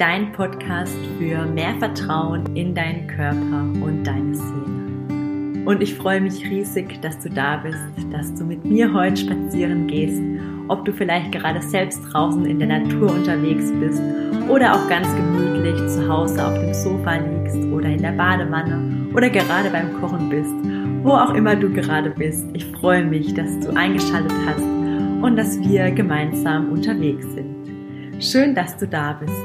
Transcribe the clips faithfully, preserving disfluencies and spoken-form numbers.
dein Podcast für mehr Vertrauen in deinen Körper und deine Seele. Und ich freue mich riesig, dass du da bist, dass du mit mir heute spazieren gehst, ob du vielleicht gerade selbst draußen in der Natur unterwegs bist oder auch ganz gemütlich zu Hause auf dem Sofa liegst oder in der Badewanne oder gerade beim Kochen bist, wo auch immer du gerade bist. Ich freue mich, dass du eingeschaltet hast und dass wir gemeinsam unterwegs sind. Schön, dass du da bist.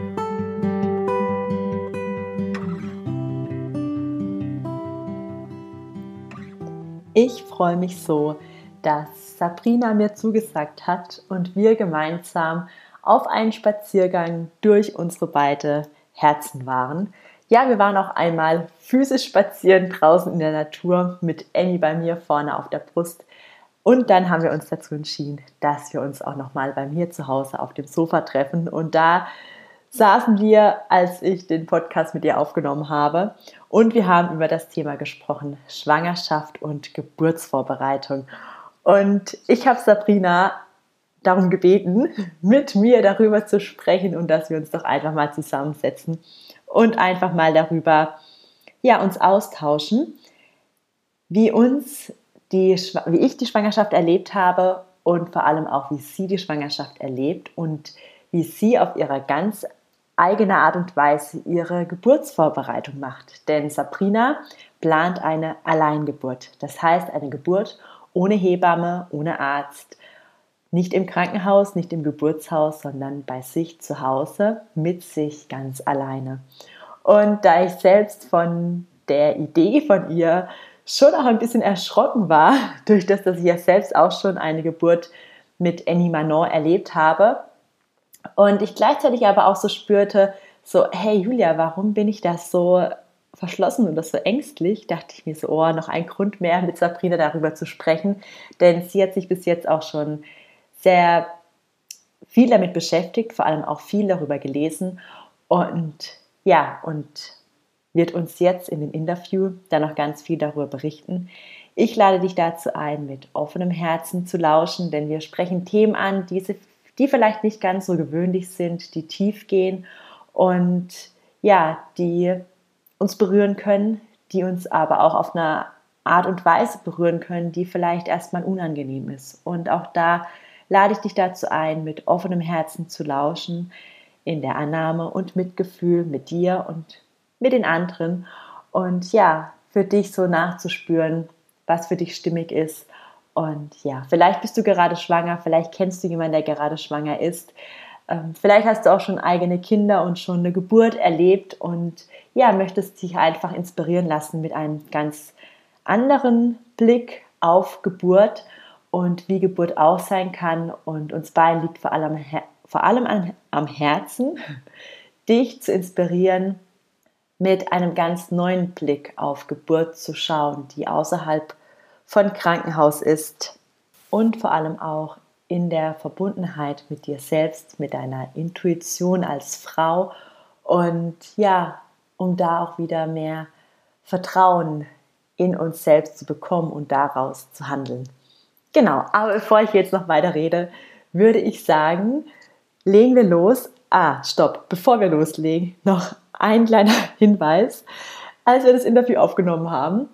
Ich freue mich so, dass Sabrina mir zugesagt hat und wir gemeinsam auf einen Spaziergang durch unsere beiden Herzen waren. Ja, wir waren auch einmal physisch spazieren draußen in der Natur mit Emmy bei mir vorne auf der Brust. Und dann haben wir uns dazu entschieden, dass wir uns auch nochmal bei mir zu Hause auf dem Sofa treffen. Und da saßen wir, als ich den Podcast mit ihr aufgenommen habe. Und wir haben über das Thema gesprochen, Schwangerschaft und Geburtsvorbereitung. Und ich habe Sabrina darum gebeten, mit mir darüber zu sprechen und dass wir uns doch einfach mal zusammensetzen und einfach mal darüber, ja, uns austauschen, wie uns die, wie ich die Schwangerschaft erlebt habe und vor allem auch, wie sie die Schwangerschaft erlebt und wie sie auf ihre ganz eigene Art und Weise ihre Geburtsvorbereitung macht. Denn Sabrina plant eine Alleingeburt. Das heißt, eine Geburt ohne Hebamme, ohne Arzt, nicht im Krankenhaus, nicht im Geburtshaus, sondern bei sich zu Hause, mit sich ganz alleine. Und da ich selbst von der Idee von ihr schon auch ein bisschen erschrocken war, durch das, dass ich ja selbst auch schon eine Geburt mit Annie Manon erlebt habe, und ich gleichzeitig aber auch so spürte, so, hey Julia, warum bin ich da so verschlossen und das so ängstlich, dachte ich mir so, oh, noch ein Grund mehr, mit Sabrina darüber zu sprechen, denn sie hat sich bis jetzt auch schon sehr viel damit beschäftigt, vor allem auch viel darüber gelesen und ja, und wird uns jetzt in dem Interview dann noch ganz viel darüber berichten. Ich lade dich dazu ein, mit offenem Herzen zu lauschen, denn wir sprechen Themen an, diese die vielleicht nicht ganz so gewöhnlich sind, die tief gehen und ja, die uns berühren können, die uns aber auch auf eine Art und Weise berühren können, die vielleicht erstmal unangenehm ist. Und auch da lade ich dich dazu ein, mit offenem Herzen zu lauschen, in der Annahme und Mitgefühl mit dir und mit den anderen und ja, für dich so nachzuspüren, was für dich stimmig ist. Und ja, vielleicht bist du gerade schwanger, vielleicht kennst du jemanden, der gerade schwanger ist. Ähm, vielleicht hast du auch schon eigene Kinder und schon eine Geburt erlebt und ja, möchtest dich einfach inspirieren lassen mit einem ganz anderen Blick auf Geburt und wie Geburt auch sein kann. Und uns beiden liegt vor allem, vor allem an, am Herzen, dich zu inspirieren, mit einem ganz neuen Blick auf Geburt zu schauen, die außerhalb von Krankenhaus ist und vor allem auch in der Verbundenheit mit dir selbst, mit deiner Intuition als Frau und ja, um da auch wieder mehr Vertrauen in uns selbst zu bekommen und daraus zu handeln. Genau, aber bevor ich jetzt noch weiter rede, würde ich sagen, legen wir los. Ah, stopp, bevor wir loslegen, noch ein kleiner Hinweis. Als wir das Interview aufgenommen haben,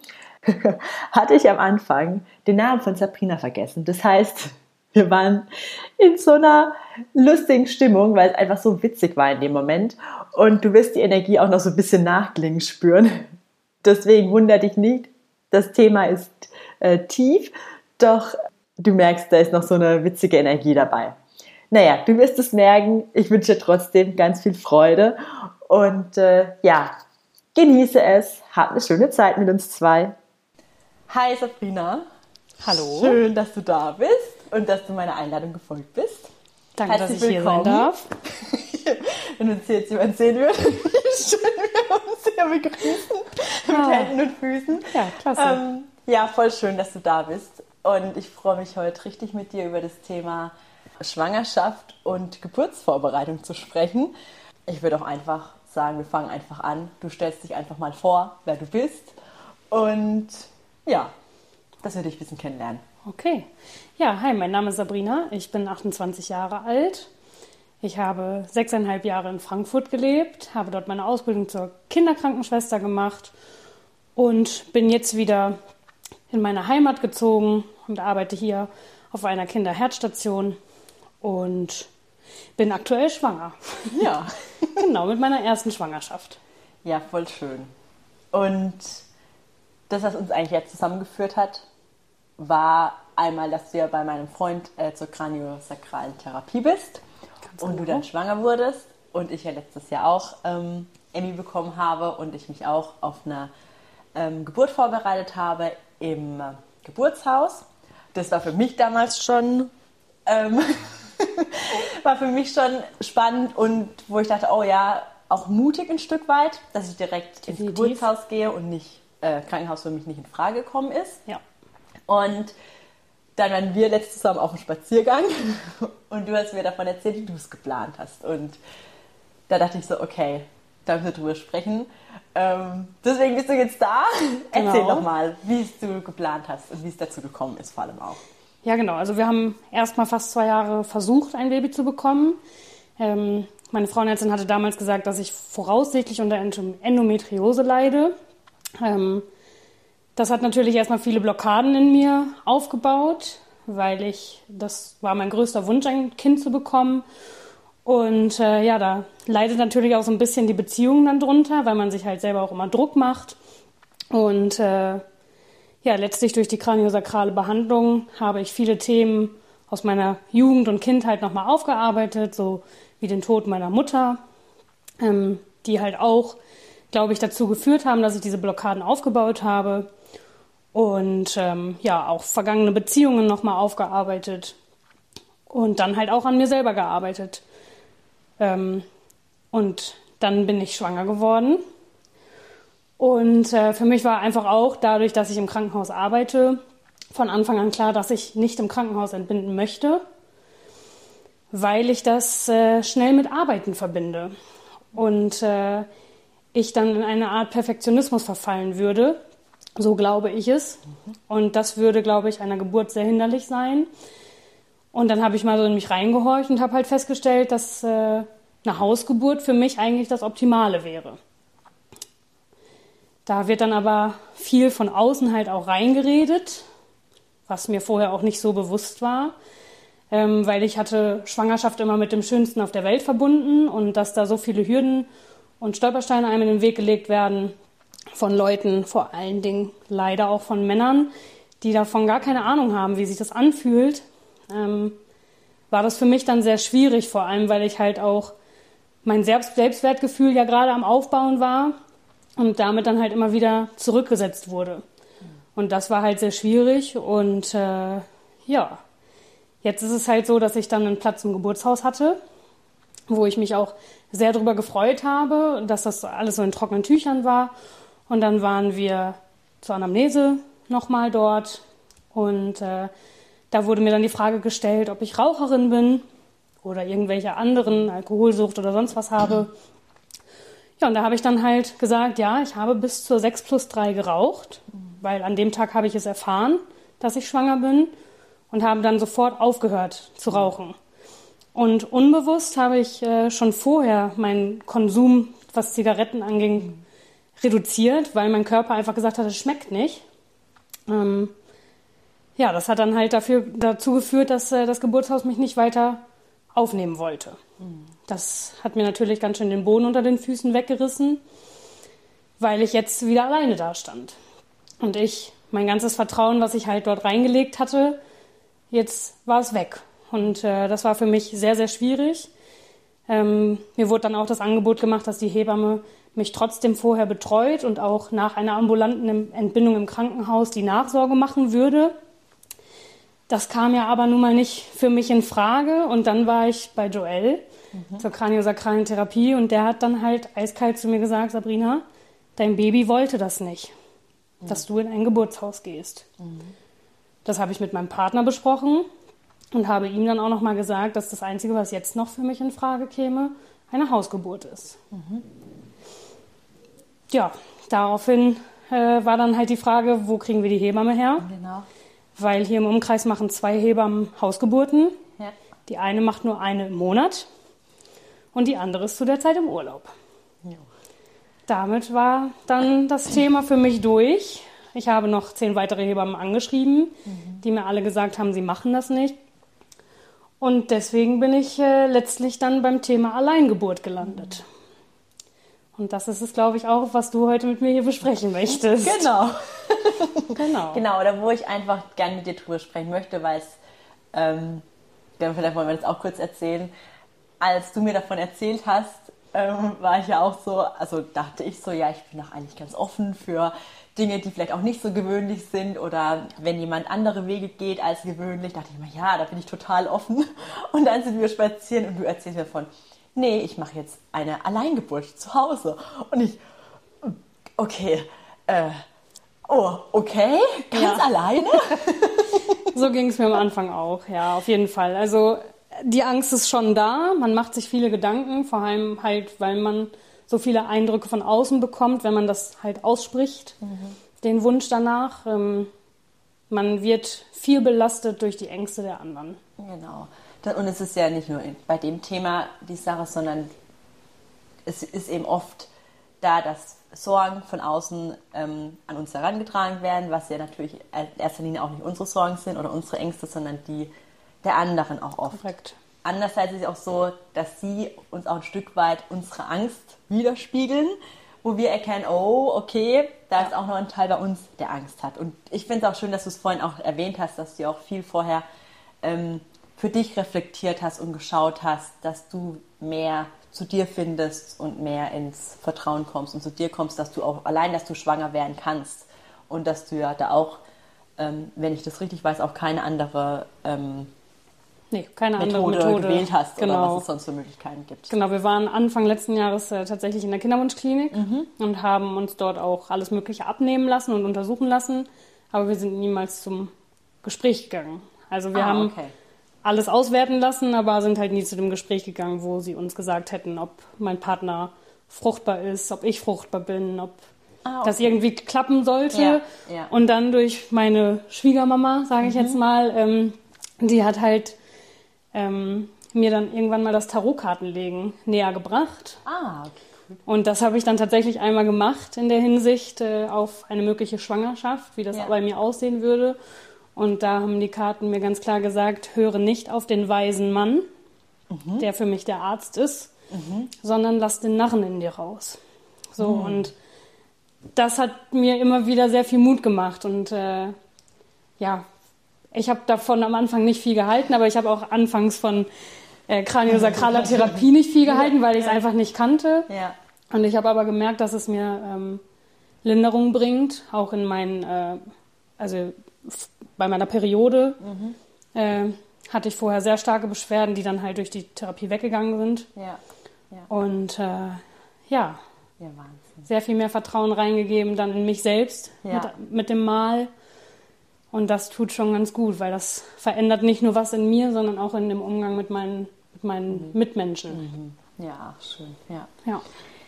hatte ich am Anfang den Namen von Sabrina vergessen. Das heißt, wir waren in so einer lustigen Stimmung, weil es einfach so witzig war in dem Moment. Und du wirst die Energie auch noch so ein bisschen nachklingen spüren. Deswegen wundere dich nicht, das Thema ist äh, tief, doch du merkst, da ist noch so eine witzige Energie dabei. Naja, du wirst es merken. Ich wünsche dir trotzdem ganz viel Freude und äh, ja, genieße es. Hab eine schöne Zeit mit uns zwei. Hi Sabrina. Hallo. Schön, dass du da bist und dass du meiner Einladung gefolgt bist. Danke, Herzlich dass ich willkommen. Hier sein darf. Wenn uns jetzt jemand sehen würde, schön wir uns sehr begrüßen mit ah. Händen und Füßen. Ja, klasse. Ähm, ja, voll schön, dass du da bist. Und ich freue mich heute richtig mit dir über das Thema Schwangerschaft und Geburtsvorbereitung zu sprechen. Ich würde auch einfach sagen, wir fangen einfach an. Du stellst dich einfach mal vor, wer du bist. Und ja, dass wir dich ein bisschen kennenlernen. Okay. Ja, hi, mein Name ist Sabrina. Ich bin achtundzwanzig Jahre alt. Ich habe sechseinhalb Jahre in Frankfurt gelebt, habe dort meine Ausbildung zur Kinderkrankenschwester gemacht und bin jetzt wieder in meine Heimat gezogen und arbeite hier auf einer Kinderherzstation und bin aktuell schwanger. Ja. Genau, mit meiner ersten Schwangerschaft. Ja, voll schön. Und das, was uns eigentlich jetzt zusammengeführt hat, war einmal, dass du ja bei meinem Freund äh, zur kraniosakralen Therapie bist. Ganz und genau. Du dann schwanger wurdest und ich ja letztes Jahr auch ähm, Emmy bekommen habe und ich mich auch auf eine ähm, Geburt vorbereitet habe im äh, Geburtshaus. Das war für mich damals schon ähm, war für mich schon spannend und wo ich dachte, oh ja, auch mutig ein Stück weit, dass ich direkt Definitiv. ins Geburtshaus gehe und nicht äh, Krankenhaus für mich nicht in Frage gekommen ist. Ja. Und dann waren wir letztes zusammen auf dem Spaziergang und du hast mir davon erzählt, wie du es geplant hast. Und da dachte ich so, okay, da müssen wir drüber sprechen. Ähm, deswegen bist du jetzt da. Genau. Erzähl doch mal, wie es du geplant hast und wie es dazu gekommen ist vor allem auch. Ja, genau. Also wir haben erst mal fast zwei Jahre versucht, ein Baby zu bekommen. Ähm, meine Frauenärztin hatte damals gesagt, dass ich voraussichtlich unter Endometriose leide. Ähm, Das hat natürlich erstmal viele Blockaden in mir aufgebaut, weil ich, das war mein größter Wunsch, ein Kind zu bekommen. Und äh, ja, da leidet natürlich auch so ein bisschen die Beziehung dann drunter, weil man sich halt selber auch immer Druck macht. Und äh, ja, letztlich durch die kraniosakrale Behandlung habe ich viele Themen aus meiner Jugend und Kindheit nochmal aufgearbeitet, so wie den Tod meiner Mutter, ähm, die halt auch, glaube ich, dazu geführt haben, dass ich diese Blockaden aufgebaut habe. Und ähm, ja, auch vergangene Beziehungen nochmal aufgearbeitet und dann halt auch an mir selber gearbeitet. Ähm, und dann bin ich schwanger geworden. Und äh, für mich war einfach auch, dadurch, dass ich im Krankenhaus arbeite, von Anfang an klar, dass ich nicht im Krankenhaus entbinden möchte, weil ich das äh, schnell mit Arbeiten verbinde. Und äh, ich dann in eine Art Perfektionismus verfallen würde. So glaube ich es. Und das würde, glaube ich, einer Geburt sehr hinderlich sein. Und dann habe ich mal so in mich reingehorcht und habe halt festgestellt, dass äh, eine Hausgeburt für mich eigentlich das Optimale wäre. Da wird dann aber viel von außen halt auch reingeredet, was mir vorher auch nicht so bewusst war, ähm, weil ich hatte Schwangerschaft immer mit dem Schönsten auf der Welt verbunden und dass da so viele Hürden und Stolpersteine einem in den Weg gelegt werden, von Leuten, vor allen Dingen leider auch von Männern, die davon gar keine Ahnung haben, wie sich das anfühlt, ähm, war das für mich dann sehr schwierig, vor allem, weil ich halt auch mein Selbst- Selbstwertgefühl ja gerade am Aufbauen war und damit dann halt immer wieder zurückgesetzt wurde. Und das war halt sehr schwierig und äh, ja, jetzt ist es halt so, dass ich dann einen Platz im Geburtshaus hatte, wo ich mich auch sehr darüber gefreut habe, dass das alles so in trockenen Tüchern war. Und dann waren wir zur Anamnese nochmal dort und äh, da wurde mir dann die Frage gestellt, ob ich Raucherin bin oder irgendwelche anderen, Alkoholsucht oder sonst was habe. Ja, und da habe ich dann halt gesagt, ja, ich habe bis zur sechs plus drei geraucht, weil an dem Tag habe ich es erfahren, dass ich schwanger bin und habe dann sofort aufgehört zu rauchen. Und unbewusst habe ich äh, schon vorher meinen Konsum, was Zigaretten anging, reduziert, weil mein Körper einfach gesagt hat, es schmeckt nicht. Ähm, ja, das hat dann halt dafür, dazu geführt, dass äh, das Geburtshaus mich nicht weiter aufnehmen wollte. Mhm. Das hat mir natürlich ganz schön den Boden unter den Füßen weggerissen, weil ich jetzt wieder alleine da stand. Und ich, mein ganzes Vertrauen, was ich halt dort reingelegt hatte, jetzt war es weg. Und äh, das war für mich sehr, sehr schwierig. Ähm, mir wurde dann auch das Angebot gemacht, dass die Hebamme mich trotzdem vorher betreut und auch nach einer ambulanten Entbindung im Krankenhaus die Nachsorge machen würde. Das kam ja aber nun mal nicht für mich in Frage. Und dann war ich bei Joel mhm. zur kraniosakralen Therapie und der hat dann halt eiskalt zu mir gesagt, Sabrina, dein Baby wollte das nicht, mhm. dass du in ein Geburtshaus gehst. Mhm. Das habe ich mit meinem Partner besprochen und habe ihm dann auch noch mal gesagt, dass das Einzige, was jetzt noch für mich in Frage käme, eine Hausgeburt ist. Mhm. Ja, daraufhin äh, war dann halt die Frage, wo kriegen wir die Hebamme her? Genau. Weil hier im Umkreis machen zwei Hebammen Hausgeburten. Ja. Die eine macht nur eine im Monat. und die andere ist zu der Zeit im Urlaub. Ja. Damit war dann das Thema für mich durch. Ich habe noch zehn weitere Hebammen angeschrieben, mhm. die mir alle gesagt haben, sie machen das nicht. Und deswegen bin ich äh, letztlich dann beim Thema Alleingeburt gelandet. Mhm. Und das ist es, glaube ich, auch, was du heute mit mir hier besprechen möchtest. Genau. genau. Genau, oder wo ich einfach gerne mit dir drüber sprechen möchte, weil es, ähm, vielleicht wollen wir das auch kurz erzählen, als du mir davon erzählt hast, ähm, war ich ja auch so, also dachte ich so, ja, ich bin auch eigentlich ganz offen für Dinge, die vielleicht auch nicht so gewöhnlich sind oder wenn jemand andere Wege geht als gewöhnlich, dachte ich mir, ja, da bin ich total offen. Und dann sind wir spazieren und du erzählst mir von, nee, ich mache jetzt eine Alleingeburt zu Hause. Und ich, okay, äh, oh, okay, ganz ja. alleine? So ging es mir am Anfang auch, ja, auf jeden Fall. Also die Angst ist schon da, man macht sich viele Gedanken, vor allem halt, weil man so viele Eindrücke von außen bekommt, wenn man das halt ausspricht, mhm. den Wunsch danach. Ähm, man wird viel belastet durch die Ängste der anderen. Genau. Und es ist ja nicht nur bei dem Thema die Sache, sondern es ist eben oft da, dass Sorgen von außen ähm, an uns herangetragen werden, was ja natürlich in erster Linie auch nicht unsere Sorgen sind oder unsere Ängste, sondern die der anderen auch oft. Korrekt. Andererseits ist es auch so, dass sie uns auch ein Stück weit unsere Angst widerspiegeln, wo wir erkennen, oh, okay, da ja. ist auch noch ein Teil bei uns, der Angst hat. Und ich finde es auch schön, dass du es vorhin auch erwähnt hast, dass du auch viel vorher ähm, für dich reflektiert hast und geschaut hast, dass du mehr zu dir findest und mehr ins Vertrauen kommst und zu dir kommst, dass du auch allein, dass du schwanger werden kannst und dass du ja da auch, ähm, wenn ich das richtig weiß, auch keine andere ähm, Nee, keine Methode, andere Methode gewählt hast genau. oder was es sonst für Möglichkeiten gibt. Genau, wir waren Anfang letzten Jahres äh, tatsächlich in der Kinderwunschklinik mhm. und haben uns dort auch alles Mögliche abnehmen lassen und untersuchen lassen, aber wir sind niemals zum Gespräch gegangen. Also wir ah, haben okay. alles auswerten lassen, aber sind halt nie zu dem Gespräch gegangen, wo sie uns gesagt hätten, ob mein Partner fruchtbar ist, ob ich fruchtbar bin, ob ah, okay. das irgendwie klappen sollte. Ja, ja. Und dann durch meine Schwiegermama, sage ich mhm. jetzt mal, ähm, die hat halt Ähm, mir dann irgendwann mal das Tarotkartenlegen näher gebracht. Ah, okay, cool. Und das habe ich dann tatsächlich einmal gemacht in der Hinsicht äh, auf eine mögliche Schwangerschaft, wie das ja. bei mir aussehen würde. Und da haben die Karten mir ganz klar gesagt, höre nicht auf den weisen Mann, mhm. der für mich der Arzt ist, mhm. sondern lass den Narren in dir raus. So, mhm. und das hat mir immer wieder sehr viel Mut gemacht und äh, ja, ich habe davon am Anfang nicht viel gehalten, aber ich habe auch anfangs von äh, kraniosakraler Therapie nicht viel gehalten, weil ich es ja. einfach nicht kannte. Ja. Und ich habe aber gemerkt, dass es mir ähm, Linderung bringt, auch in meinen, äh, also f- bei meiner Periode mhm. äh, hatte ich vorher sehr starke Beschwerden, die dann halt durch die Therapie weggegangen sind. Ja. Ja. Und äh, ja, ja Wahnsinn. Sehr viel mehr Vertrauen reingegeben dann in mich selbst ja. mit, mit dem Mal. Und das tut schon ganz gut, weil das verändert nicht nur was in mir, sondern auch in dem Umgang mit meinen, mit meinen mhm. Mitmenschen. Mhm. Ja, schön. Ja. Ja.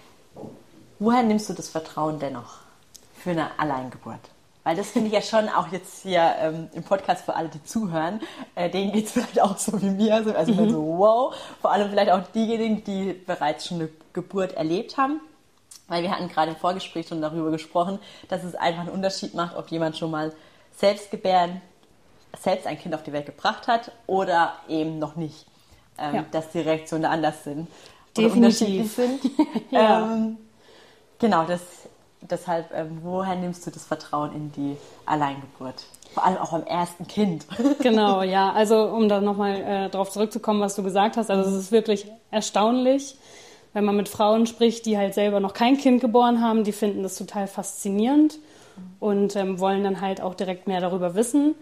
Woher nimmst du das Vertrauen dennoch für eine Alleingeburt? Weil das finde ich ja schon auch jetzt hier ähm, im Podcast für alle, die zuhören, äh, denen geht es vielleicht auch so wie mir. Also, also mhm. so, wow, vor allem vielleicht auch diejenigen, die bereits schon eine Geburt erlebt haben. Weil wir hatten gerade im Vorgespräch schon darüber gesprochen, dass es einfach einen Unterschied macht, ob jemand schon mal selbst gebären, selbst ein Kind auf die Welt gebracht hat oder eben noch nicht. Ähm, ja. Dass die Reaktionen da anders sind. Definitiv. Sind. ja. ähm, genau, das, deshalb, ähm, woher nimmst du das Vertrauen in die Alleingeburt? Vor allem auch beim ersten Kind. Genau, ja. Also um da nochmal äh, drauf zurückzukommen, was du gesagt hast. Also es ist wirklich erstaunlich, wenn man mit Frauen spricht, die halt selber noch kein Kind geboren haben. Die finden das total faszinierend und ähm, wollen dann halt auch direkt mehr darüber wissen.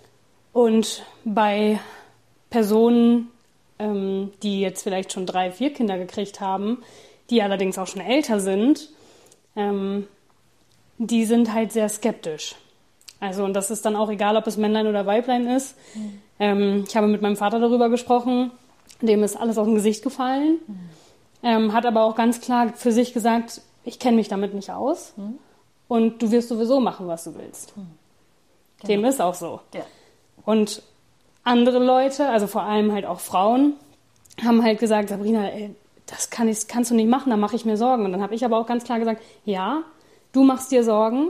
Und bei Personen, ähm, die jetzt vielleicht schon drei, vier Kinder gekriegt haben, die allerdings auch schon älter sind, ähm, die sind halt sehr skeptisch. Also, und das ist dann auch egal, ob es Männlein oder Weiblein ist. Mhm. Ähm, ich habe mit meinem Vater darüber gesprochen, dem ist alles auf dem Gesicht gefallen, mhm. ähm, hat aber auch ganz klar für sich gesagt, ich kenne mich damit nicht aus. Mhm. Und du wirst sowieso machen, was du willst. Hm. Genau. Dem ist auch so. Ja. Und andere Leute, also vor allem halt auch Frauen, haben halt gesagt, Sabrina, ey, das kann ich, kannst du nicht machen, da mache ich mir Sorgen. Und dann habe ich aber auch ganz klar gesagt, ja, du machst dir Sorgen,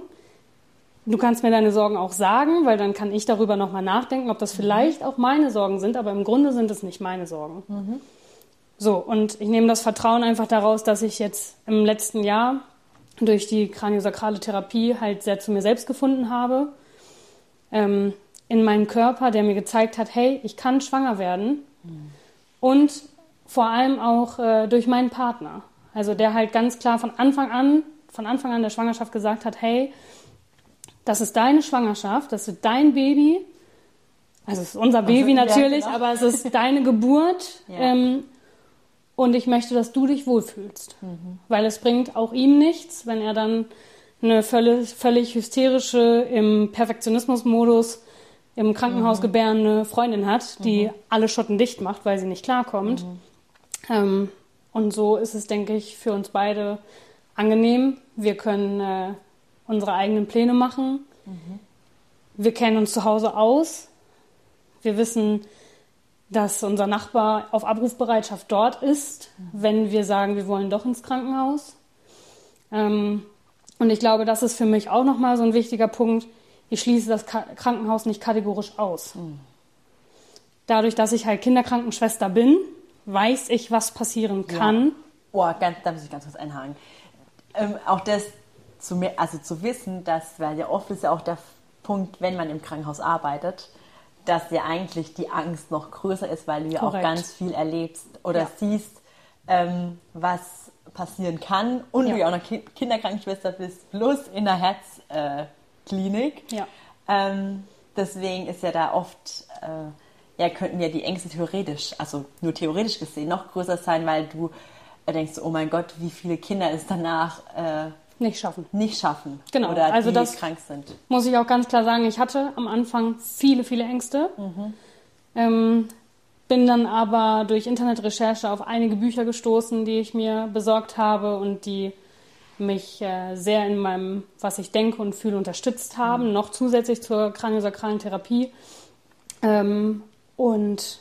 du kannst mir deine Sorgen auch sagen, weil dann kann ich darüber nochmal nachdenken, ob das vielleicht auch meine Sorgen sind, aber im Grunde sind es nicht meine Sorgen. Mhm. So, und ich nehme das Vertrauen einfach daraus, dass ich jetzt im letzten Jahr durch die kraniosakrale Therapie halt sehr zu mir selbst gefunden habe, ähm, in meinem Körper, der mir gezeigt hat, hey, ich kann schwanger werden. Mhm. Und vor allem auch äh, durch meinen Partner. Also der halt ganz klar von Anfang an, von Anfang an der Schwangerschaft gesagt hat, hey, das ist deine Schwangerschaft, das ist dein Baby. Also es ist unser Baby also, natürlich, ja, genau. Aber es ist deine Geburt. Ja. Ähm, und ich möchte, dass du dich wohlfühlst. Mhm. Weil es bringt auch ihm nichts, wenn er dann eine völlig, völlig hysterische, im Perfektionismus-Modus im Krankenhaus mhm. gebärende Freundin hat, die mhm. alle Schotten dicht macht, weil sie nicht klarkommt. Mhm. Ähm, und so ist es, denke ich, für uns beide angenehm. Wir können äh, unsere eigenen Pläne machen. Mhm. Wir kennen uns zu Hause aus. Wir wissen, dass unser Nachbar auf Abrufbereitschaft dort ist, mhm. wenn wir sagen, wir wollen doch ins Krankenhaus. Ähm, und ich glaube, das ist für mich auch nochmal so ein wichtiger Punkt. Ich schließe das Krankenhaus nicht kategorisch aus. Mhm. Dadurch, dass ich halt Kinderkrankenschwester bin, weiß ich, was passieren kann. Ja. Oh, ganz, da muss ich ganz kurz einhaken. Ähm, auch das zu, mir, also zu wissen, dass, weil ja oft ist ja auch der Punkt, wenn man im Krankenhaus arbeitet, dass ja eigentlich die Angst noch größer ist, weil du ja auch ganz viel erlebst oder ja. siehst, ähm, was passieren kann und ja. du ja auch noch Ki- Kinderkrankenschwester bist, plus in der Herzklinik. Äh, ja. ähm, deswegen ist ja da oft, äh, ja, könnten ja die Ängste theoretisch, also nur theoretisch gesehen, noch größer sein, weil du äh, denkst, oh mein Gott, wie viele Kinder es danach äh, nicht schaffen. Nicht schaffen. Genau. Oder also die das krank sind. Muss ich auch ganz klar sagen, ich hatte am Anfang viele, viele Ängste. Mhm. Ähm, bin dann aber durch Internetrecherche auf einige Bücher gestoßen, die ich mir besorgt habe und die mich äh, sehr in meinem, was ich denke und fühle, unterstützt haben, mhm. noch zusätzlich zur kraniosakralen Therapie. Ähm, und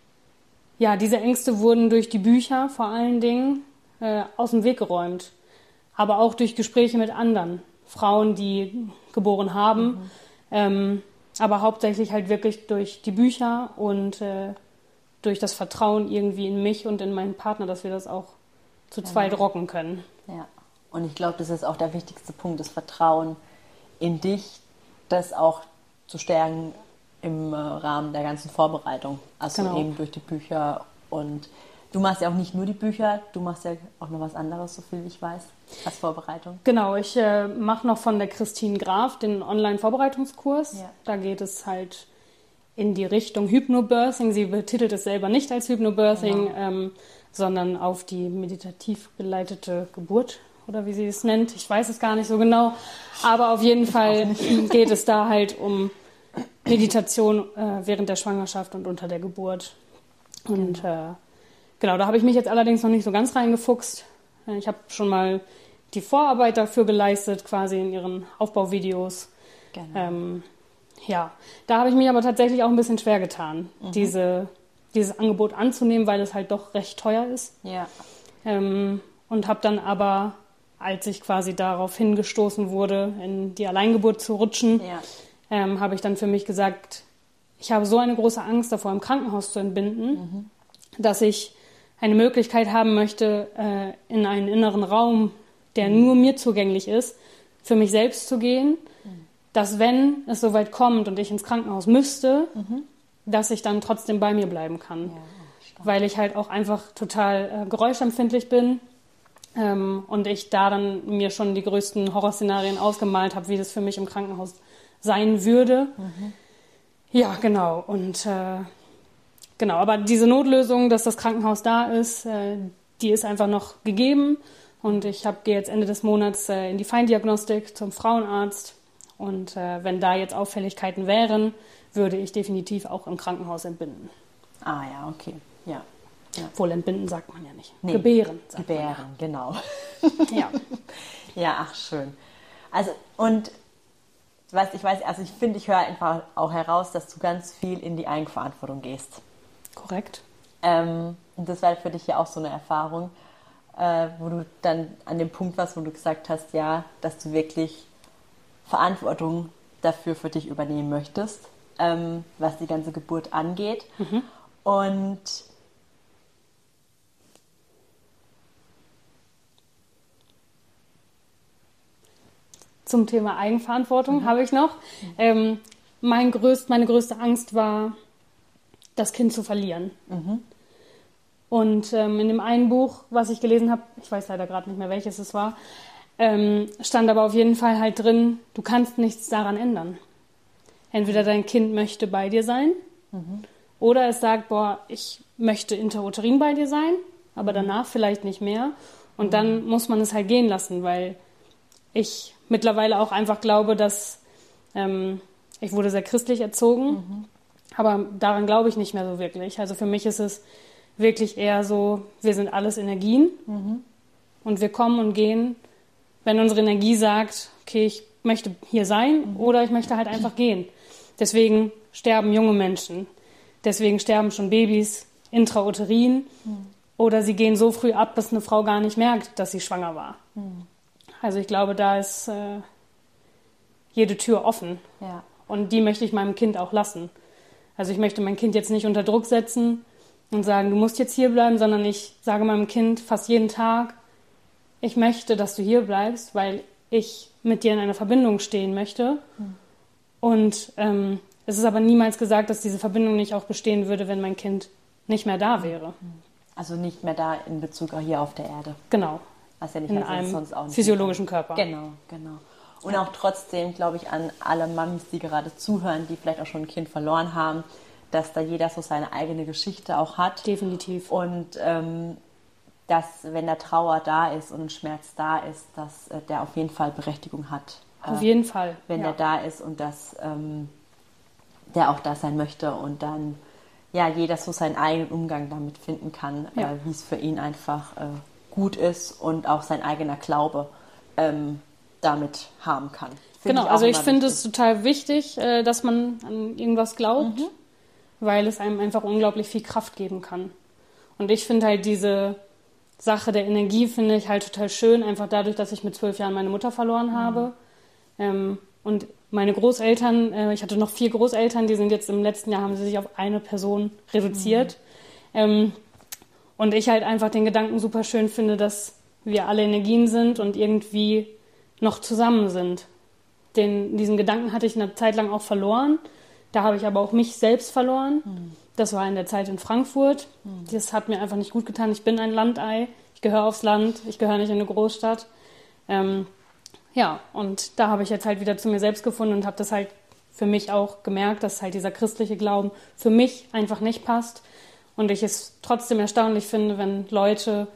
ja, diese Ängste wurden durch die Bücher vor allen Dingen äh, aus dem Weg geräumt. Aber auch durch Gespräche mit anderen Frauen, die geboren haben. Mhm. Ähm, aber hauptsächlich halt wirklich durch die Bücher und äh, durch das Vertrauen irgendwie in mich und in meinen Partner, dass wir das auch zu ja. zweit rocken können. Ja, und ich glaube, das ist auch der wichtigste Punkt, das Vertrauen in dich, das auch zu stärken im äh, Rahmen der ganzen Vorbereitung. Also genau. eben durch die Bücher. Und du machst ja auch nicht nur die Bücher, du machst ja auch noch was anderes, so viel ich weiß, als Vorbereitung. Genau, ich äh, mache noch von der Christine Graf den Online-Vorbereitungskurs. Ja. Da geht es halt in die Richtung Hypnobirthing. Sie betitelt es selber nicht als Hypnobirthing, genau. ähm, sondern auf die meditativ geleitete Geburt oder wie sie es nennt. Ich weiß es gar nicht so genau. Aber auf jeden Fall geht es da halt um Meditation äh, während der Schwangerschaft und unter der Geburt. Und äh, genau, da habe ich mich jetzt allerdings noch nicht so ganz reingefuchst. Ich habe schon mal die Vorarbeit dafür geleistet, quasi in ihren Aufbauvideos. Genau. Ähm, ja, da habe ich mich aber tatsächlich auch ein bisschen schwer getan, mhm. diese, dieses Angebot anzunehmen, weil es halt doch recht teuer ist. Ja. Ähm, und habe dann aber, als ich quasi darauf hingestoßen wurde, in die Alleingeburt zu rutschen, ja. ähm, habe ich dann für mich gesagt, ich habe so eine große Angst davor, im Krankenhaus zu entbinden, mhm. dass ich eine Möglichkeit haben möchte, äh, in einen inneren Raum, der mhm. nur mir zugänglich ist, für mich selbst zu gehen, mhm. dass wenn es soweit kommt und ich ins Krankenhaus müsste, mhm. dass ich dann trotzdem bei mir bleiben kann. Ja, weil ich halt auch einfach total äh, geräuschempfindlich bin ähm, und ich da dann mir schon die größten Horrorszenarien ausgemalt habe, wie das für mich im Krankenhaus sein würde. Mhm. Ja, genau. Und äh, genau, aber diese Notlösung, dass das Krankenhaus da ist, äh, die ist einfach noch gegeben. Und ich hab, gehe jetzt Ende des Monats äh, in die Feindiagnostik zum Frauenarzt. Und äh, wenn da jetzt Auffälligkeiten wären, würde ich definitiv auch im Krankenhaus entbinden. Ah ja, okay. Ja. ja. Obwohl entbinden sagt man ja nicht. Nee. Gebären. Sagt Gebären, man ja. genau. ja. Ja, ach schön. Also und weißt, ich weiß, also ich finde, ich höre einfach auch heraus, dass du ganz viel in die Eigenverantwortung gehst. Korrekt. Ähm, und das war für dich ja auch so eine Erfahrung. äh, wo du dann an dem Punkt warst, wo du gesagt hast, ja, dass du wirklich Verantwortung dafür für dich übernehmen möchtest, ähm, was die ganze Geburt angeht. Mhm. Und zum Thema Eigenverantwortung mhm. habe ich noch. Mhm. Ähm, mein größt, meine größte Angst war, das Kind zu verlieren. Mhm. Und ähm, in dem einen Buch, was ich gelesen habe, ich weiß leider gerade nicht mehr, welches es war, ähm, stand aber auf jeden Fall halt drin, du kannst nichts daran ändern. Entweder dein Kind möchte bei dir sein mhm. oder es sagt, boah, ich möchte intrauterin bei dir sein, aber mhm. danach vielleicht nicht mehr. Und mhm. dann muss man es halt gehen lassen, weil ich mittlerweile auch einfach glaube, dass ähm, ich wurde sehr christlich erzogen, mhm. aber daran glaube ich nicht mehr so wirklich. Also für mich ist es wirklich eher so, wir sind alles Energien mhm. und wir kommen und gehen, wenn unsere Energie sagt, okay, ich möchte hier sein mhm. oder ich möchte halt einfach gehen. Deswegen sterben junge Menschen, deswegen sterben schon Babys intrauterin mhm. oder sie gehen so früh ab, dass eine Frau gar nicht merkt, dass sie schwanger war. Mhm. Also ich glaube, da ist äh, jede Tür offen ja. und die möchte ich meinem Kind auch lassen. Also ich möchte mein Kind jetzt nicht unter Druck setzen und sagen, du musst jetzt hier bleiben, sondern ich sage meinem Kind fast jeden Tag, ich möchte, dass du hier bleibst, weil ich mit dir in einer Verbindung stehen möchte. Mhm. Und ähm, es ist aber niemals gesagt, dass diese Verbindung nicht auch bestehen würde, wenn mein Kind nicht mehr da wäre. Also nicht mehr da in Bezug auch hier auf der Erde. Genau. Was ja nicht in heißt, einem sonst auch nicht physiologischen Körper. Genau, genau. Und ja. auch trotzdem, glaube ich, an alle Mamis, die gerade zuhören, die vielleicht auch schon ein Kind verloren haben, dass da jeder so seine eigene Geschichte auch hat. Definitiv. Und ähm, dass, wenn der Trauer da ist und ein Schmerz da ist, dass äh, der auf jeden Fall Berechtigung hat. Auf äh, jeden Fall. Wenn ja. der da ist und dass ähm, der auch da sein möchte und dann ja jeder so seinen eigenen Umgang damit finden kann, ja. äh, wie es für ihn einfach äh, gut ist und auch sein eigener Glaube ähm, damit haben kann. Find genau, ich also ich finde es total wichtig, äh, dass man an irgendwas glaubt, mhm. weil es einem einfach unglaublich viel Kraft geben kann. Und ich finde halt diese Sache der Energie, finde ich halt total schön, einfach dadurch, dass ich mit zwölf Jahren meine Mutter verloren mhm. habe. Ähm, und meine Großeltern, äh, ich hatte noch vier Großeltern, die sind jetzt im letzten Jahr, haben sie sich auf eine Person reduziert. Mhm. Ähm, und ich halt einfach den Gedanken super schön finde, dass wir alle Energien sind und irgendwie noch zusammen sind. Den, diesen Gedanken hatte ich eine Zeit lang auch verloren. Da habe ich aber auch mich selbst verloren. Mhm. Das war in der Zeit in Frankfurt. Mhm. Das hat mir einfach nicht gut getan. Ich bin ein Landei. Ich gehöre aufs Land. Ich gehöre nicht in eine Großstadt. Ähm, ja, und da habe ich jetzt halt wieder zu mir selbst gefunden und habe das halt für mich auch gemerkt, dass halt dieser christliche Glauben für mich einfach nicht passt. Und ich es trotzdem erstaunlich finde, wenn Leute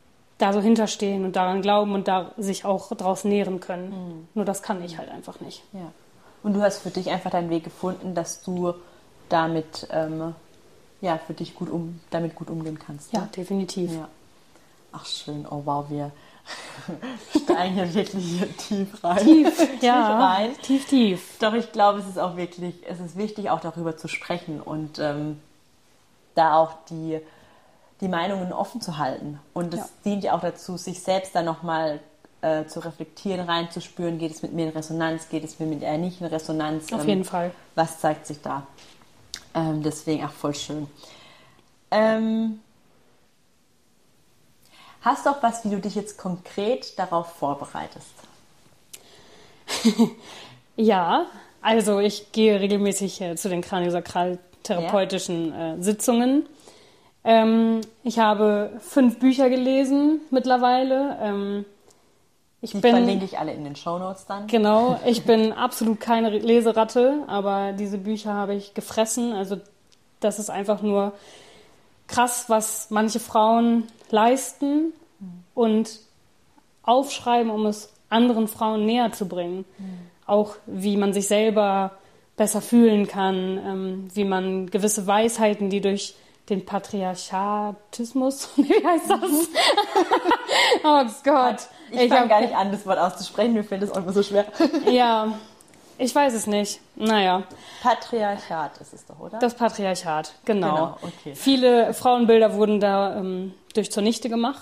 da so hinterstehen und daran glauben und da sich auch draus nähren können. Mhm. Nur das kann ich halt einfach nicht. Ja. Und du hast für dich einfach deinen Weg gefunden, dass du damit ähm, ja, für dich gut um, damit gut umgehen kannst. Ja, ne? definitiv. Ja. Ach schön, oh wow, wir steigen hier wirklich hier tief rein. Tief, tief ja, rein. tief, tief. Doch ich glaube, es ist auch wirklich, es ist wichtig, auch darüber zu sprechen und ähm, da auch die, die Meinungen offen zu halten. Und es ja. dient ja auch dazu, sich selbst dann nochmal äh, zu reflektieren, reinzuspüren, geht es mit mir in Resonanz, geht es mit mir eher nicht in Resonanz. Auf ähm, jeden Fall. Was zeigt sich da? Ähm, deswegen, ach, voll schön. Ähm, hast du auch was, wie du dich jetzt konkret darauf vorbereitest? Ja, also ich gehe regelmäßig äh, zu den kraniosakraltherapeutischen ja. äh, Sitzungen. Ähm, ich habe fünf Bücher gelesen mittlerweile. Ähm, ich Die bin, verlinke ich alle in den Shownotes dann. Genau, ich bin absolut keine Leseratte, aber diese Bücher habe ich gefressen. Also das ist einfach nur krass, was manche Frauen leisten mhm. und aufschreiben, um es anderen Frauen näher zu bringen. Mhm. Auch wie man sich selber besser fühlen kann, ähm, wie man gewisse Weisheiten, die durch den Patriarchatismus, wie heißt das? Oh Gott. Ich, ich fange gar nicht an, das Wort auszusprechen, mir fällt das auch immer so schwer. Ja, ich weiß es nicht. Naja. Patriarchat ist es doch, oder? Das Patriarchat, genau. Genau, okay. Viele Frauenbilder wurden da ähm, durch zunichte gemacht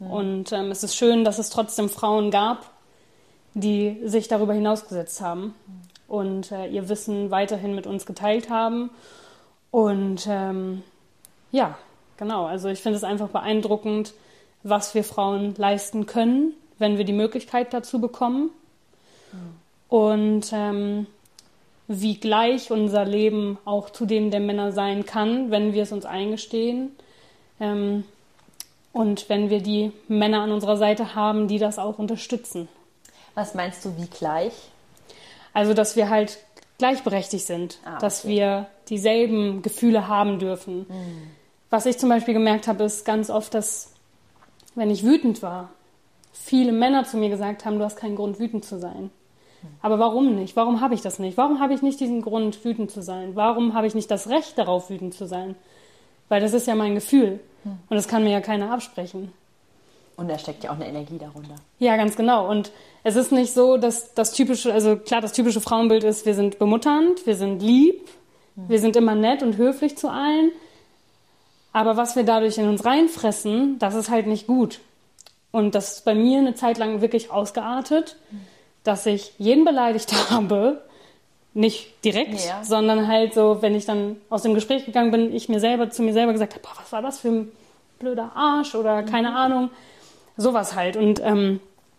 Mhm. Und ähm, es ist schön, dass es trotzdem Frauen gab, die sich darüber hinausgesetzt haben mhm. und äh, ihr Wissen weiterhin mit uns geteilt haben. Und ähm, ja, genau. Also ich finde es einfach beeindruckend, was wir Frauen leisten können, wenn wir die Möglichkeit dazu bekommen. Mhm. Und ähm, wie gleich unser Leben auch zu dem der Männer sein kann, wenn wir es uns eingestehen. Ähm, und wenn wir die Männer an unserer Seite haben, die das auch unterstützen. Was meinst du, wie gleich? Also, dass wir halt gleichberechtigt sind, ah, okay. dass wir dieselben Gefühle haben dürfen. Mhm. Was ich zum Beispiel gemerkt habe, ist ganz oft, dass, wenn ich wütend war, viele Männer zu mir gesagt haben, du hast keinen Grund, wütend zu sein. Aber warum nicht? Warum habe ich das nicht? Warum habe ich nicht diesen Grund, wütend zu sein? Warum habe ich nicht das Recht darauf, wütend zu sein? Weil das ist ja mein Gefühl. Und das kann mir ja keiner absprechen. Und da steckt ja auch eine Energie darunter. Ja, ganz genau. Und es ist nicht so, dass das typische, also klar, das typische Frauenbild ist, wir sind bemutternd, wir sind lieb, hm. wir sind immer nett und höflich zu allen. Aber was wir dadurch in uns reinfressen, das ist halt nicht gut. Und das ist bei mir eine Zeit lang wirklich ausgeartet. Hm. dass ich jeden beleidigt habe, nicht direkt, ja. sondern halt so, wenn ich dann aus dem Gespräch gegangen bin, ich mir selber zu mir selber gesagt habe, boah, was war das für ein blöder Arsch oder keine mhm. Ahnung, sowas halt. Und ähm,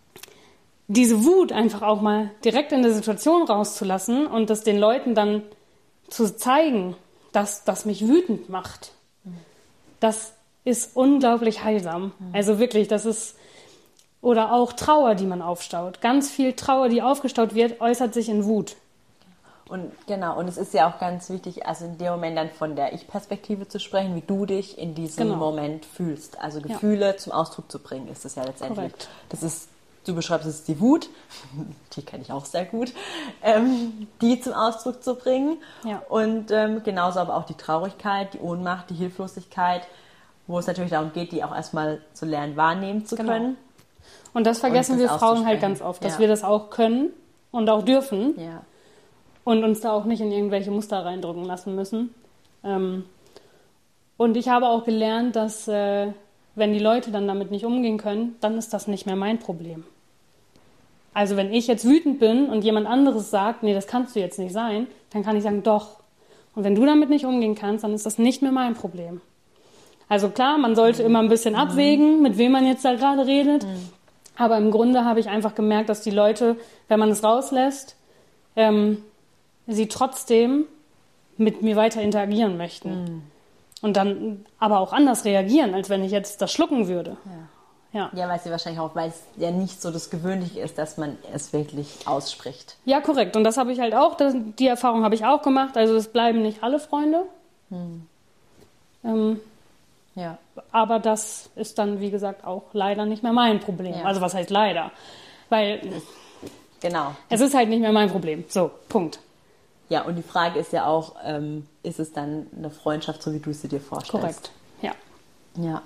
diese Wut einfach auch mal direkt in der Situation rauszulassen und das den Leuten dann zu zeigen, dass das mich wütend macht, mhm. das ist unglaublich heilsam. Mhm. Also wirklich, das ist... Oder auch Trauer, die man aufstaut. Ganz viel Trauer, die aufgestaut wird, äußert sich in Wut. Und genau, und es ist ja auch ganz wichtig, also in dem Moment dann von der Ich-Perspektive zu sprechen, wie du dich in diesem genau. Moment fühlst. Also Gefühle ja. zum Ausdruck zu bringen, ist es ja letztendlich. Korrekt. Das ist, du beschreibst es die Wut, die kenne ich auch sehr gut, ähm, die zum Ausdruck zu bringen. Ja. Und ähm, genauso aber auch die Traurigkeit, die Ohnmacht, die Hilflosigkeit, wo es natürlich darum geht, die auch erstmal zu lernen, wahrnehmen zu genau. können. Und das vergessen und das wir Frauen halt ganz oft, dass ja. wir das auch können und auch dürfen ja. und uns da auch nicht in irgendwelche Muster reindrücken lassen müssen. Ähm, und ich habe auch gelernt, dass äh, wenn die Leute dann damit nicht umgehen können, dann ist das nicht mehr mein Problem. Also wenn ich jetzt wütend bin und jemand anderes sagt, nee, das kannst du jetzt nicht sein, dann kann ich sagen, doch. Und wenn du damit nicht umgehen kannst, dann ist das nicht mehr mein Problem. Also klar, man sollte mhm. immer ein bisschen abwägen, mit wem man jetzt da gerade redet. Mhm. Aber im Grunde habe ich einfach gemerkt, dass die Leute, wenn man es rauslässt, ähm, sie trotzdem mit mir weiter interagieren möchten. Mm. Und dann aber auch anders reagieren, als wenn ich jetzt das schlucken würde. Ja, ja. ja weil sie wahrscheinlich auch, weil es ja nicht so das Gewöhnliche ist, dass man es wirklich ausspricht. Ja, korrekt. Und das habe ich halt auch, das, die Erfahrung habe ich auch gemacht. Also es bleiben nicht alle Freunde. Mm. Ähm, Ja. Aber das ist dann, wie gesagt, auch leider nicht mehr mein Problem. Ja. Also was heißt leider? Weil genau. es ist halt nicht mehr mein Problem. So, Punkt. Ja, und die Frage ist ja auch, ähm, ist es dann eine Freundschaft, so wie du sie dir vorstellst? Korrekt, ja. Ja.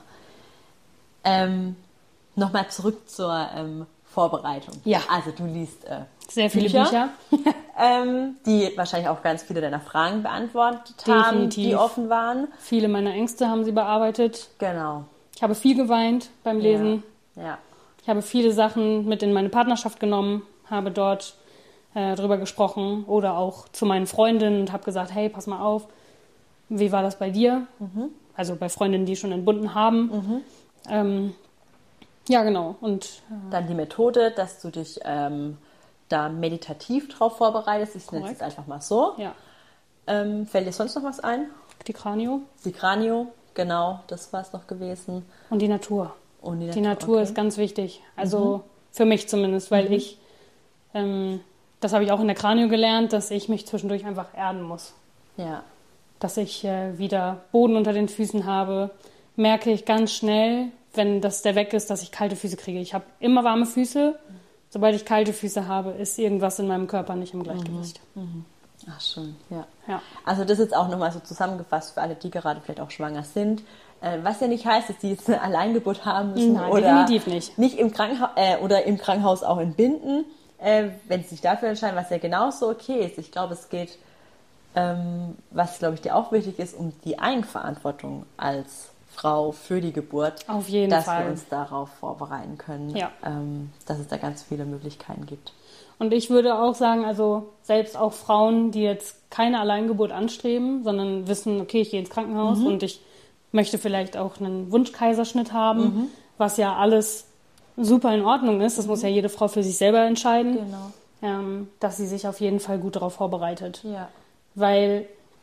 Ähm, Nochmal zurück zur ähm, Vorbereitung. Ja. Also du liest äh, sehr viele Bücher, Bücher ähm, die wahrscheinlich auch ganz viele deiner Fragen beantwortet Definitiv. haben, die offen waren. Viele meiner Ängste haben sie bearbeitet. Genau. Ich habe viel geweint beim Lesen. Ja. ja. Ich habe viele Sachen mit in meine Partnerschaft genommen, habe dort äh, drüber gesprochen oder auch zu meinen Freundinnen und habe gesagt, hey, pass mal auf, wie war das bei dir? Mhm. Also bei Freundinnen, die schon entbunden haben. Mhm. Ähm, ja, genau. Und äh, dann die Methode, dass du dich ähm, da meditativ drauf vorbereitest. Ich nenne es jetzt einfach mal so. Ja. Ähm, fällt dir sonst noch was ein? Die Kranio. Die Kranio, genau, das war es noch gewesen. Und die Natur. Und die Natur, die Natur okay. ist ganz wichtig. Also mhm. für mich zumindest, weil mhm. ich, ähm, das habe ich auch in der Kranio gelernt, dass ich mich zwischendurch einfach erden muss. Ja. Dass ich äh, wieder Boden unter den Füßen habe, merke ich ganz schnell, wenn das der weg ist, dass ich kalte Füße kriege. Ich habe immer warme Füße. Sobald ich kalte Füße habe, ist irgendwas in meinem Körper nicht im Gleichgewicht. Mhm. Mhm. Ach, schön, ja. ja. Also das ist auch nochmal so zusammengefasst für alle, die gerade vielleicht auch schwanger sind. Äh, was ja nicht heißt, dass die jetzt eine Alleingeburt haben müssen. Nein, oder definitiv nicht. Nicht im Krankenhaus äh, oder im Krankenhaus auch entbinden, äh, wenn sie sich dafür entscheiden, was ja genauso okay ist. Ich glaube, es geht, ähm, was glaube ich dir auch wichtig ist, um die Eigenverantwortung als Frau für die Geburt, Auf jeden dass Fall. wir uns darauf vorbereiten können, Ja. ähm, dass es da ganz viele Möglichkeiten gibt. Und ich würde auch sagen, also selbst auch Frauen, die jetzt keine Alleingeburt anstreben, sondern wissen, okay, ich gehe ins Krankenhaus mhm. und ich möchte vielleicht auch einen Wunschkaiserschnitt haben, mhm. was ja alles super in Ordnung ist. Das mhm. muss ja jede Frau für sich selber entscheiden, genau. ähm, dass sie sich auf jeden Fall gut darauf vorbereitet. Ja. Weil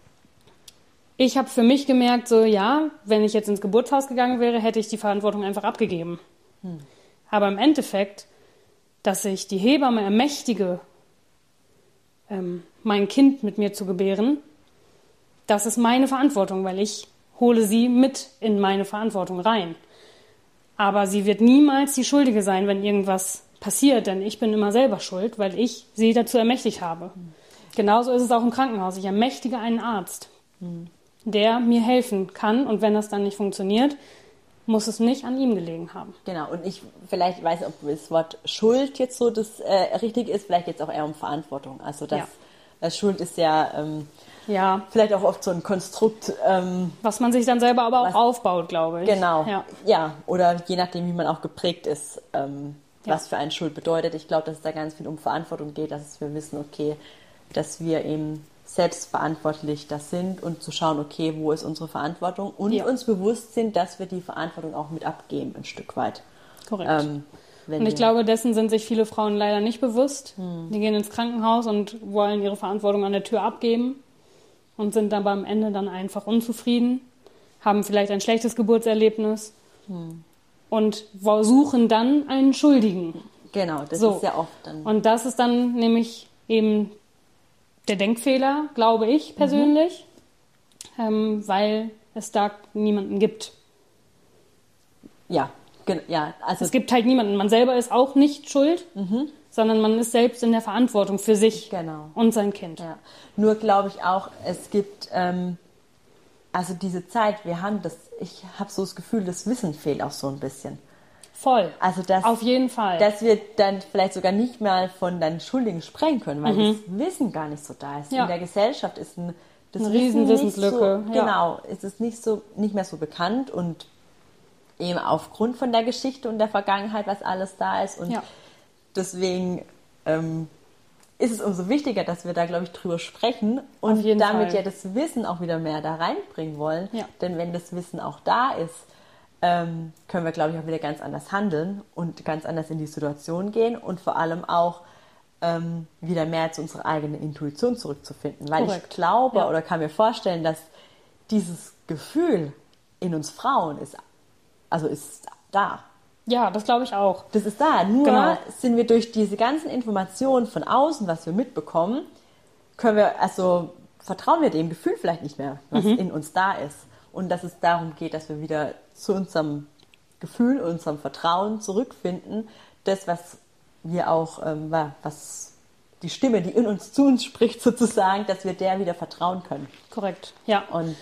ich habe für mich gemerkt, so ja, wenn ich jetzt ins Geburtshaus gegangen wäre, hätte ich die Verantwortung einfach abgegeben. Hm. Aber im Endeffekt, dass ich die Hebamme ermächtige, ähm, mein Kind mit mir zu gebären, das ist meine Verantwortung, weil ich hole sie mit in meine Verantwortung rein. Aber sie wird niemals die Schuldige sein, wenn irgendwas passiert, denn ich bin immer selber schuld, weil ich sie dazu ermächtigt habe. Hm. Genauso ist es auch im Krankenhaus. Ich ermächtige einen Arzt, hm. der mir helfen kann, und wenn das dann nicht funktioniert, muss es nicht an ihm gelegen haben. Genau, und ich vielleicht weiß nicht, ob das Wort Schuld jetzt so das äh, richtig ist, vielleicht geht es auch eher um Verantwortung. Also das, ja. das Schuld ist ja, ähm, ja vielleicht auch oft so ein Konstrukt. Ähm, was man sich dann selber aber auch was, aufbaut, glaube ich. Genau, ja. ja, oder je nachdem, wie man auch geprägt ist, ähm, ja. was für einen Schuld bedeutet. Ich glaube, dass es da ganz viel um Verantwortung geht, dass wir wissen, okay, dass wir eben selbstverantwortlich das sind und zu schauen, okay, wo ist unsere Verantwortung und ja. uns bewusst sind, dass wir die Verantwortung auch mit abgeben, ein Stück weit. Korrekt. Ähm, und ich glaube, dessen sind sich viele Frauen leider nicht bewusst. Hm. Die gehen ins Krankenhaus und wollen ihre Verantwortung an der Tür abgeben und sind aber am Ende dann einfach unzufrieden, haben vielleicht ein schlechtes Geburtserlebnis hm. und suchen dann einen Schuldigen. Genau, das so. ist ja oft dann... Und das ist dann nämlich eben der Denkfehler, glaube ich persönlich, mhm. ähm, weil es da niemanden gibt. Ja, genau. Ja, also es gibt halt niemanden. Man selber ist auch nicht schuld, mhm. sondern man ist selbst in der Verantwortung für sich genau. und sein Kind. Ja. Nur glaube ich auch, es gibt, ähm, also diese Zeit, wir haben das, ich habe so das Gefühl, das Wissen fehlt auch so ein bisschen. Voll. Also dass, auf jeden Fall. Dass wir dann vielleicht sogar nicht mal von deinen Schuldigen sprechen können, weil mhm. das Wissen gar nicht so da ist. Ja. In der Gesellschaft ist ein, das eine Wissen riesen Wissenslücke. So, ja. Genau, ist es nicht, so, nicht mehr so bekannt und eben aufgrund von der Geschichte und der Vergangenheit, was alles da ist. Und ja. deswegen ähm, ist es umso wichtiger, dass wir da, glaube ich, drüber sprechen und Auf jeden damit Fall. ja das Wissen auch wieder mehr da reinbringen wollen. Ja. Denn wenn das Wissen auch da ist, Ähm, können wir, glaube ich, auch wieder ganz anders handeln und ganz anders in die Situation gehen und vor allem auch ähm, wieder mehr zu unserer eigenen Intuition zurückzufinden. Weil Korrekt. ich glaube ja. oder kann mir vorstellen, dass dieses Gefühl in uns Frauen ist, also ist da. Ja, das glaube ich auch. Das ist da. Nur genau. sind wir durch diese ganzen Informationen von außen, was wir mitbekommen, können wir, also vertrauen wir dem Gefühl vielleicht nicht mehr, was mhm. in uns da ist. Und dass es darum geht, dass wir wieder zu unserem Gefühl, unserem Vertrauen zurückfinden. Das, was wir auch, ähm, was die Stimme, die in uns zu uns spricht sozusagen, dass wir der wieder vertrauen können. Korrekt, ja. Und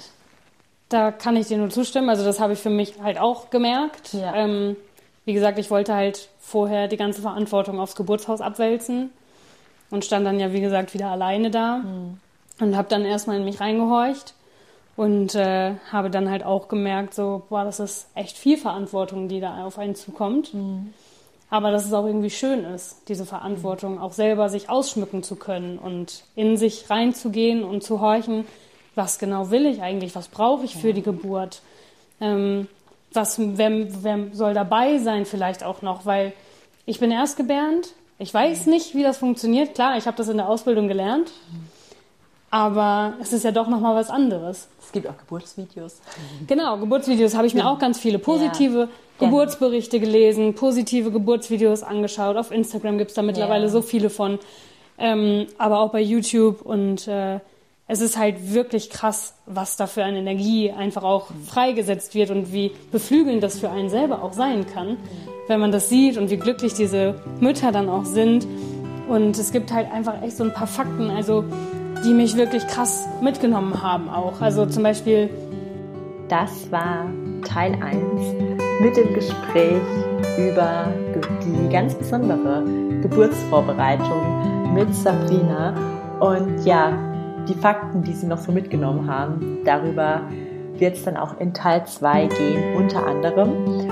da kann ich dir nur zustimmen. Also das habe ich für mich halt auch gemerkt. Ja. Ähm, wie gesagt, ich wollte halt vorher die ganze Verantwortung aufs Geburtshaus abwälzen und stand dann ja, wie gesagt, wieder alleine da mhm. und habe dann erstmal in mich reingehorcht. Und äh, habe dann halt auch gemerkt, so, boah, das ist echt viel Verantwortung, die da auf einen zukommt. Mhm. Aber dass es auch irgendwie schön ist, diese Verantwortung auch selber sich ausschmücken zu können und in sich reinzugehen und zu horchen, was genau will ich eigentlich, was brauche ich für ja. die Geburt, ähm, was, wer, wer soll dabei sein vielleicht auch noch, weil ich bin erstgebärend, ich weiß mhm. nicht, wie das funktioniert. Klar, ich habe das in der Ausbildung gelernt, mhm. aber es ist ja doch nochmal was anderes. Es gibt auch Geburtsvideos. Genau, Geburtsvideos habe ich mir auch ganz viele positive ja, Geburtsberichte gelesen, positive Geburtsvideos angeschaut. Auf Instagram gibt es da mittlerweile ja. so viele von, ähm, aber auch bei YouTube. Und äh, es ist halt wirklich krass, was da für eine Energie einfach auch freigesetzt wird und wie beflügelnd das für einen selber auch sein kann, wenn man das sieht und wie glücklich diese Mütter dann auch sind. Und es gibt halt einfach echt so ein paar Fakten, also die mich wirklich krass mitgenommen haben auch. Also zum Beispiel... Das war Teil eins mit dem Gespräch über die ganz besondere Geburtsvorbereitung mit Sabrina und ja, die Fakten, die sie noch so mitgenommen haben, darüber, wird es dann auch in Teil zwei gehen, unter anderem.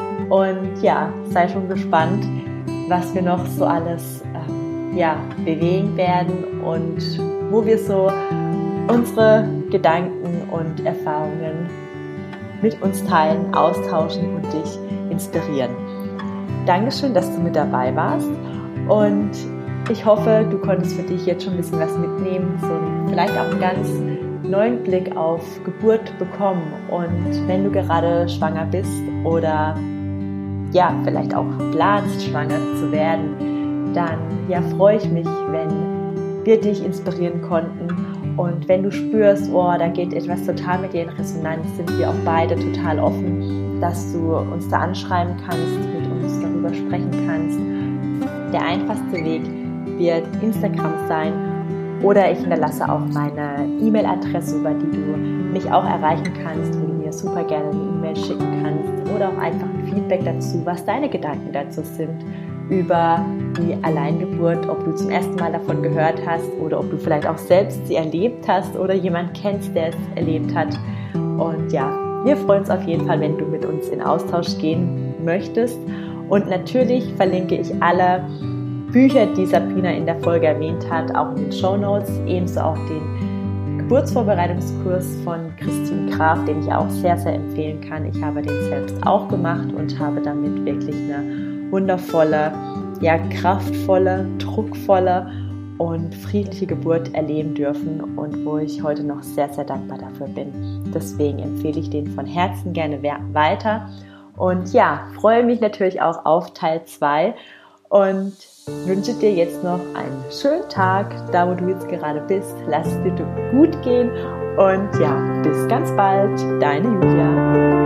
Und ja, sei schon gespannt, was wir noch so alles ähm, ja, bewegen werden und wo wir so unsere Gedanken und Erfahrungen mit uns teilen, austauschen und dich inspirieren. Dankeschön, dass du mit dabei warst und ich hoffe, du konntest für dich jetzt schon ein bisschen was mitnehmen, so vielleicht auch einen ganz neuen Blick auf Geburt bekommen. Und wenn du gerade schwanger bist oder ja, vielleicht auch planst, schwanger zu werden, dann ja, freue ich mich, wenn wir dich inspirieren konnten. Und wenn du spürst, oh, da geht etwas total mit dir in Resonanz, sind wir auch beide total offen, dass du uns da anschreiben kannst, mit uns darüber sprechen kannst. Der einfachste Weg wird Instagram sein oder ich hinterlasse auch meine E-Mail-Adresse, über die du mich auch erreichen kannst, wo du mir super gerne eine E-Mail schicken kannst oder auch einfach ein Feedback dazu, was deine Gedanken dazu sind über die Alleingeburt, ob du zum ersten Mal davon gehört hast oder ob du vielleicht auch selbst sie erlebt hast oder jemand kennst, der es erlebt hat. Und ja, wir freuen uns auf jeden Fall, wenn du mit uns in Austausch gehen möchtest. Und natürlich verlinke ich alle Bücher, die Sabrina in der Folge erwähnt hat, auch in den Shownotes, ebenso auch den Geburtsvorbereitungskurs von Christine Graf, den ich auch sehr, sehr empfehlen kann. Ich habe den selbst auch gemacht und habe damit wirklich eine wundervolle, ja, kraftvolle, druckvolle und friedliche Geburt erleben dürfen und wo ich heute noch sehr, sehr dankbar dafür bin. Deswegen empfehle ich den von Herzen gerne weiter und ja, freue mich natürlich auch auf Teil zwei und wünsche dir jetzt noch einen schönen Tag, da wo du jetzt gerade bist. Lass es dir gut gehen und ja, bis ganz bald, deine Julia.